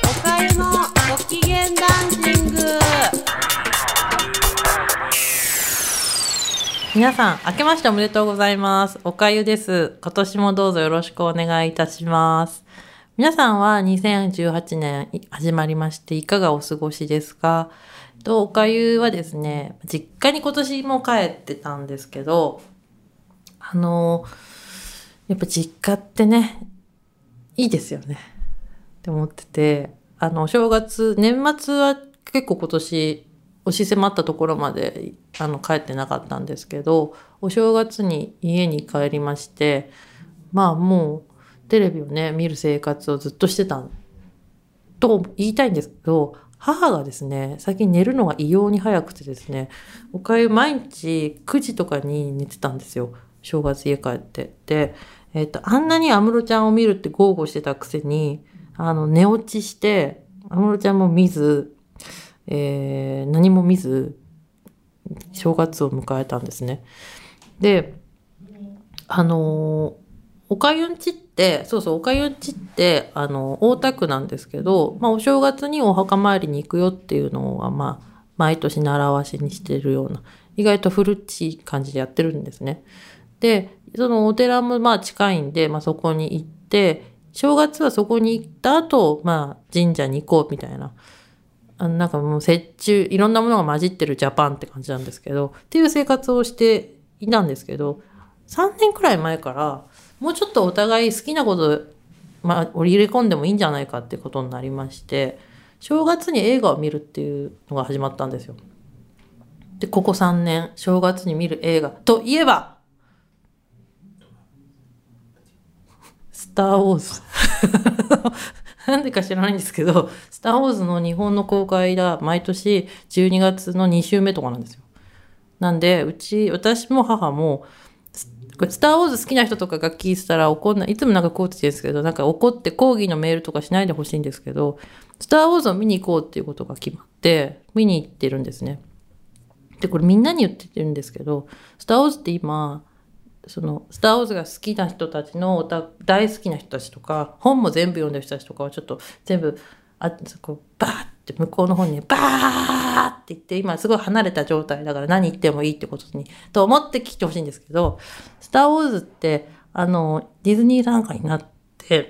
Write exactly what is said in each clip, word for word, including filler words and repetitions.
おかゆのご機嫌ダンシング。皆さん明けましておめでとうございます。おかゆです。今年もどうぞよろしくお願いいたします。皆さんはにせんじゅうはちねん始まりましていかがお過ごしですか？とおかゆはですね、実家に今年も帰ってたんですけど、あのやっぱ実家ってねいいですよねって思ってて、あのお正月年末は結構今年押し迫ったところまであの帰ってなかったんですけど、お正月に家に帰りまして、まあもうテレビをね見る生活をずっとしてたと言いたいんですけど、母がですね最近寝るのが異様に早くてですね、おかゆ毎日くじとかに寝てたんですよ、正月家帰って。で、えっとあんなに安室ちゃんを見るって豪語してたくせに、あの寝落ちして安室ちゃんも見ず、えー、何も見ず正月を迎えたんですね。で、あのーおかゆんちって、そうそう、おかゆんちって、あの、大田区なんですけど、まあ、お正月にお墓参りに行くよっていうのは、まあ、毎年習わしにしてるような、意外と古っちい感じでやってるんですね。で、そのお寺もまあ近いんで、まあそこに行って、正月はそこに行った後、まあ神社に行こうみたいな、あのなんかもう折衷、いろんなものが混じってるジャパンって感じなんですけど、っていう生活をしていたんですけど、さんねんくらい前から、もうちょっとお互い好きなこと、まあ、入れ込んでもいいんじゃないかってことになりまして、正月に映画を見るっていうのが始まったんですよ。で、ここさんねん、正月に見る映画といえば、スター・ウォーズ。なんでか知らないんですけど、スター・ウォーズの日本の公開が毎年じゅうにがつのに週目とかなんですよ。なんで、うち、私も母も、スター・ウォーズ好きな人とかが聞いてたら怒んない、いつもなんかこうって言うんですけど、なんか怒って抗議のメールとかしないでほしいんですけど、スター・ウォーズを見に行こうっていうことが決まって、見に行ってるんですね。で、これみんなに言ってるんですけど、スター・ウォーズって今、そのスター・ウォーズが好きな人たちの大好きな人たちとか、本も全部読んでる人たちとかはちょっと全部あこうバーって向こうの方にバーって言って、今すごい離れた状態だから何言ってもいいってことにと思って聞いてほしいんですけど、スター・ウォーズってあのディズニーランドになって、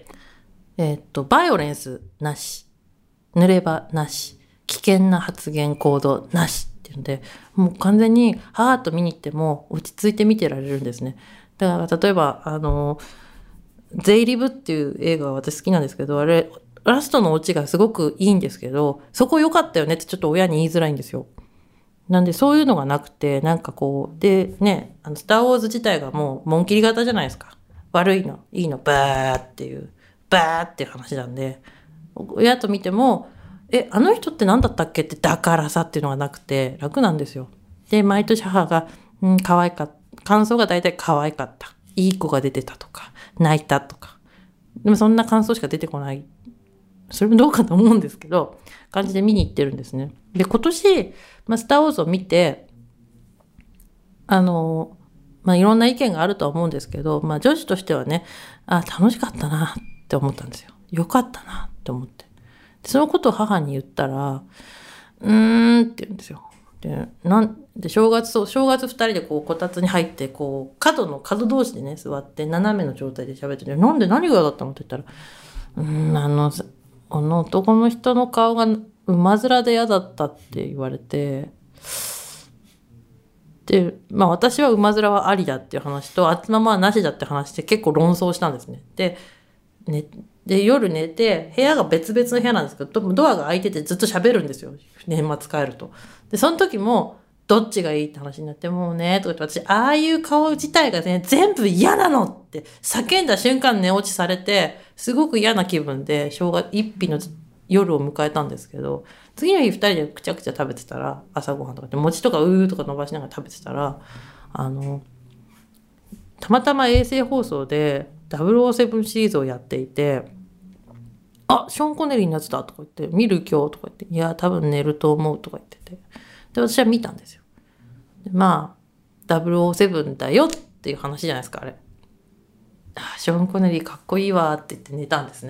えっとバイオレンスなし、濡れ場なし、危険な発言行動なしっていうんで、もう完全にハーッと見に行っても落ち着いて見てられるんですね。だから例えばあのゼイリブっていう映画は私好きなんですけど、あれラストのオチがすごくいいんですけど、そこ良かったよねってちょっと親に言いづらいんですよ。なんでそういうのがなくて、なんかこうでね、あのスター・ウォーズ自体がもう紋切り型じゃないですか。悪いのいいのバーっていうバーっていう話なんで、親と見てもえ、あの人って何だったっけってだからさっていうのがなくて楽なんですよ。で、毎年母が、うん、可愛かった。感想が大体可愛かった。いい子が出てたとか、泣いたとか。でもそんな感想しか出てこない。それもどうかと思うんですけど、感じで見に行ってるんですね。で、今年、まあ、スター・ウォーズを見て、あの、まあ、いろんな意見があるとは思うんですけど、まあ、女子としてはね、あ、楽しかったなって思ったんですよ。よかったなって思って。そのことを母に言ったら、うーんって言うんですよ。で、なんで正月、そう、正月二人でこう、こたつに入って、こう、角の、角同士でね、座って、斜めの状態で喋ってて、なんで何が嫌だったのって言ったら、うーん、あの、あの男の人の顔が馬面で嫌だったって言われて、で、まあ私は馬面はありだっていう話と、あっちままはなしだって話で結構論争したんですね。で、ね、で、夜寝て、部屋が別々の部屋なんですけど、ドアが開いててずっと喋るんですよ。年末帰ると。で、その時も、どっちがいいって話になって、もうね、とか言って、私、ああいう顔自体がね、全部嫌なのって叫んだ瞬間寝落ちされて、すごく嫌な気分で、正月一日の夜を迎えたんですけど、次の日二人でくちゃくちゃ食べてたら、朝ごはんとかで餅とかうーとか伸ばしながら食べてたら、あの、たまたま衛星放送でダブルオーセブンシリーズをやっていて、あ、ショーン・コネリーのやつだとか言って、見る今日とか言って、いや、多分寝ると思うとか言ってて。で、私は見たんですよ。で、まあ、ダブルオーセブンだよっていう話じゃないですか、あれ。あ、ショーン・コネリーかっこいいわって言って寝たんですね。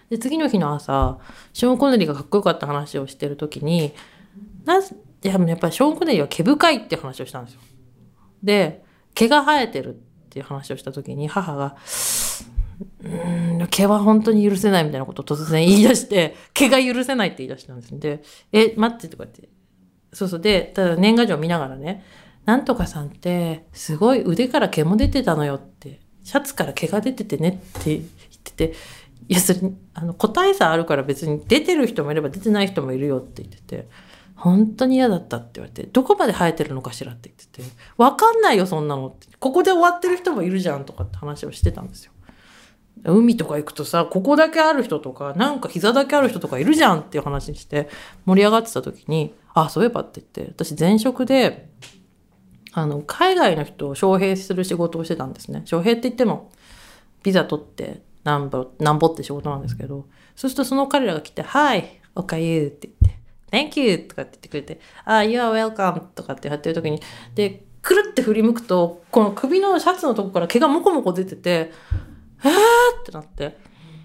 で、次の日の朝、ショーン・コネリーがかっこよかった話をしてる時に、なぜ、やっぱりショーン・コネリーは毛深いっていう話をしたんですよ。で、毛が生えてるっていう話をした時に、母が、うーん、毛は本当に許せないみたいなことを突然言い出して、毛が許せないって言い出したんですね。で、え、待ってとか言って。そうそう。で、ただ年賀状を見ながらね、なんとかさんってすごい腕から毛も出てたのよって、シャツから毛が出ててねって言ってて、いや、それ、あの、個体差あるから別に出てる人もいれば出てない人もいるよって言ってて、本当に嫌だったって言われて、どこまで生えてるのかしらって言ってて、わかんないよそんなのって。ここで終わってる人もいるじゃんとかって話をしてたんですよ。海とか行くとさ、ここだけある人とか、なんか膝だけある人とかいるじゃんっていう話にして盛り上がってた時に、あ、そういえばって言って、私前職で、あの、海外の人を招聘する仕事をしてたんですね。招聘って言っても、ビザ取ってなんぼ、なんぼって仕事なんですけど、そうするとその彼らが来て、Hi, おかゆって言って、Thank you とかって言ってくれて、あ、You are welcome とかってやってる時に、で、くるって振り向くと、この首のシャツのとこから毛がもこもこ出てて、えーってなって。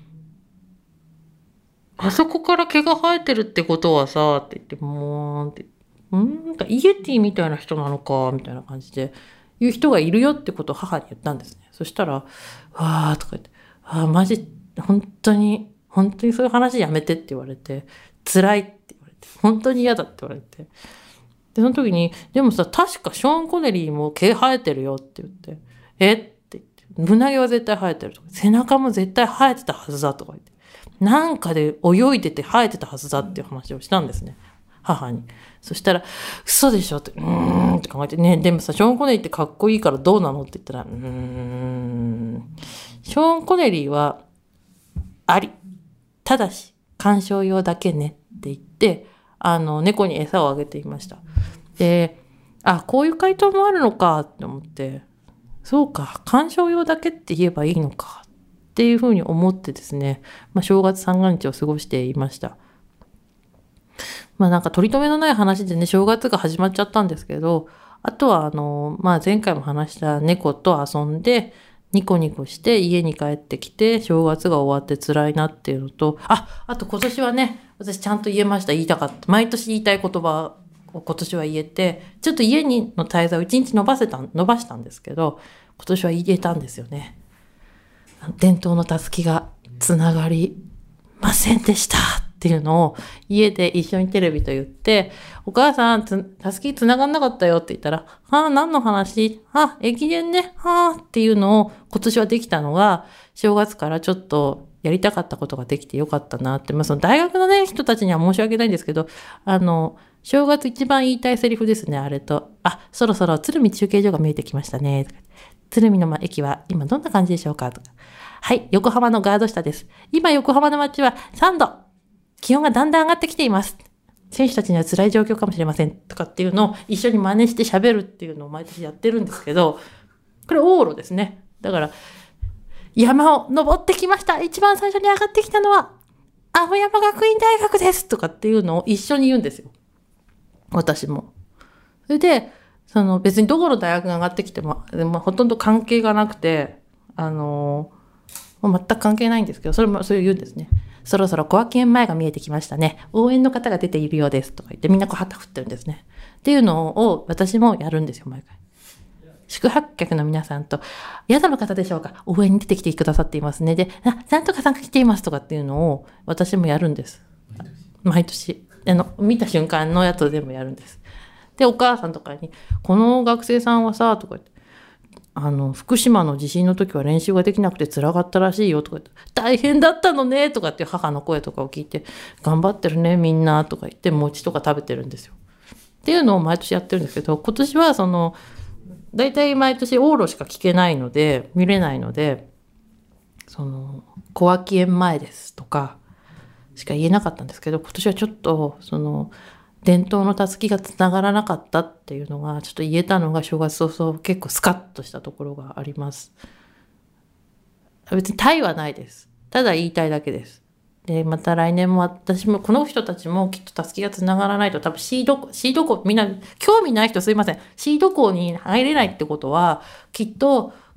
あそこから毛が生えてるってことはさ、って言って、もう、って、んーかイエティみたいな人なのか、みたいな感じで、いう人がいるよってことを母に言ったんですね。そしたら、わーとか言って、あーマジ、本当に、本当にそういう話やめてって言われて、辛いって言われて、本当に嫌だって言われて。で、その時に、でもさ、確かショーン・コネリーも毛生えてるよって言って、えって言って、胸毛は絶対生えてるとか、背中も絶対生えてたはずだとか言って、なんかで泳いでて生えてたはずだっていう話をしたんですね。母に。そしたら、嘘でしょって、うーんって考えて、ね、でもさ、ショーン・コネリーってかっこいいからどうなのって言ったら、うーん、ショーン・コネリーは、あり。ただし、鑑賞用だけねって言って、あの、猫に餌をあげていました。で、あ、こういう回答もあるのかって思って、そうか、鑑賞用だけって言えばいいのかっていうふうに思ってですね、まあ、正月三が日を過ごしていました。まあなんか取り留めのない話でね、正月が始まっちゃったんですけど、あとはあの、まあ前回も話した猫と遊んで、ニコニコして家に帰ってきて、正月が終わって辛いなっていうのと、あ、あと今年はね、私ちゃんと言えました、言いたかった。毎年言いたい言葉を今年は言えて、ちょっと家にの滞在を一日伸ばせた、伸ばしたんですけど、今年は言えたんですよね。伝統のたすきがつながりませんでしたっていうのを家で一緒にテレビと言って、お母さん、たすきつながんなかったよって言ったら、ああ、何の話あ、駅伝ね。ああ、っていうのを今年はできたのが、正月からちょっとやりたかったことができてよかったなって、まあその大学のね、人たちには申し訳ないんですけど、あの、正月一番言いたいセリフですね、あれと。あ、そろそろ鶴見中継所が見えてきましたね。鶴見の駅は今どんな感じでしょうかとか。はい、横浜のガード下です。今横浜の街はさんど。気温がだんだん上がってきています。選手たちには辛い状況かもしれません。とかっていうのを一緒に真似して喋るっていうのを毎年やってるんですけど、これ往路ですね。だから、山を登ってきました。一番最初に上がってきたのは、青山学院大学です。とかっていうのを一緒に言うんですよ。私も。それで、その別にどこの大学が上がってきても、まあ、ほとんど関係がなくて、あのー、全く関係ないんですけど、それもそういう言うんですね。そろそろ小涌園前が見えてきましたね。応援の方が出ているようです。とか言ってみんなこう旗振ってるんですね。っていうのを私もやるんですよ、毎回。宿泊客の皆さんと、宿の方でしょうか、応援に出てきてくださっていますね。で、あ、なんとかさんが来ていますとかっていうのを私もやるんです。毎年。あの、見た瞬間のやつでもやるんです。で、お母さんとかに、この学生さんはさ、とか言って、あの、福島の地震の時は練習ができなくて辛かったらしいよとか言って、大変だったのねとかっていう母の声とかを聞いて、頑張ってるねみんなとか言って餅とか食べてるんですよ。っていうのを毎年やってるんですけど、今年はその、だいたい毎年往路しか聞けないので、見れないので、その、小涌園前ですとかしか言えなかったんですけど、今年はちょっと、その、伝統のたすきがつながらなかったっていうのがちょっと言えたのが正月早々結構スカッとしたところがあります。別にタイはないです。ただ言いたいだけです。で、また来年も私もこの人たちもきっとたすきがつながらないと多分シード、シード校みんな興味ない人すいません。シード校に入れないってことはきっと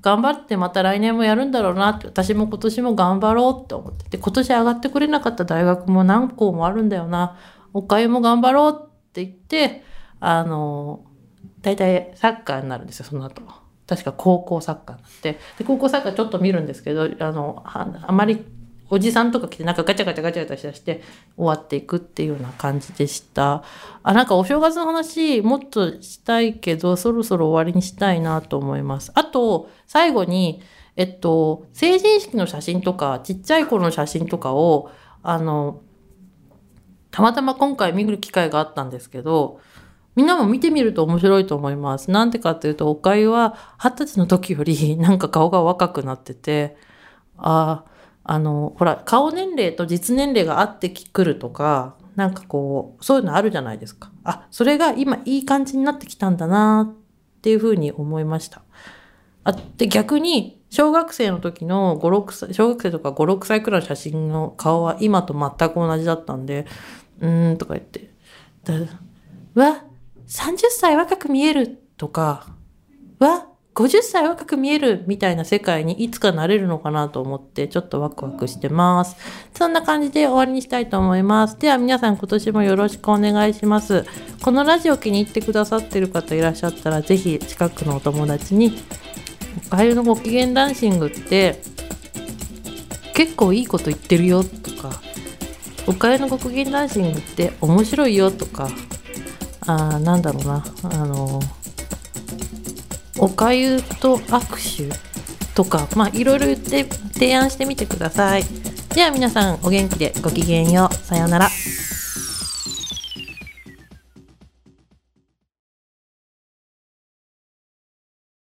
頑張ってまた来年もやるんだろうなって、私も今年も頑張ろうって思ってて、今年上がってくれなかった大学も何校もあるんだよな、おかゆも頑張ろうって言って、あの大体サッカーになるんですよ。その後確か高校サッカーになって、で高校サッカーちょっと見るんですけど、あの あ, あまりおじさんとか来てなんかガチャガチャガチャガチャしだして終わっていくっていうような感じでした。あ、なんかお正月の話もっとしたいけど、そろそろ終わりにしたいなと思います。あと最後に、えっと成人式の写真とかちっちゃい頃の写真とかをあのたまたま今回見る機会があったんですけど、みんなも見てみると面白いと思います。なんでかっていうと、おかゆは二十歳の時よりなんか顔が若くなってて、あああの、ほら、顔年齢と実年齢が合ってくるとか、なんかこう、そういうのあるじゃないですか。あ、それが今いい感じになってきたんだなっていうふうに思いました。あ、で、逆に、小学生の時のご、ろくさい、小学生とかご、ろくさいくらいの写真の顔は今と全く同じだったんで、うーんとか言って、だわ、さんじゅっさい若く見えるとか、わ、ごじゅっさい若く見えるみたいな世界にいつかなれるのかなと思ってちょっとワクワクしてます。そんな感じで終わりにしたいと思います。では皆さん今年もよろしくお願いします。このラジオ気に入ってくださってる方いらっしゃったらぜひ近くのお友達におかゆのご機嫌ダンシングって結構いいこと言ってるよとか、おかゆのご機嫌ダンシングって面白いよとか、あーなんだろうな、あのおかゆと握手とか、まあいろいろ言って提案してみてください。では皆さんお元気でごきげんよう。さようなら。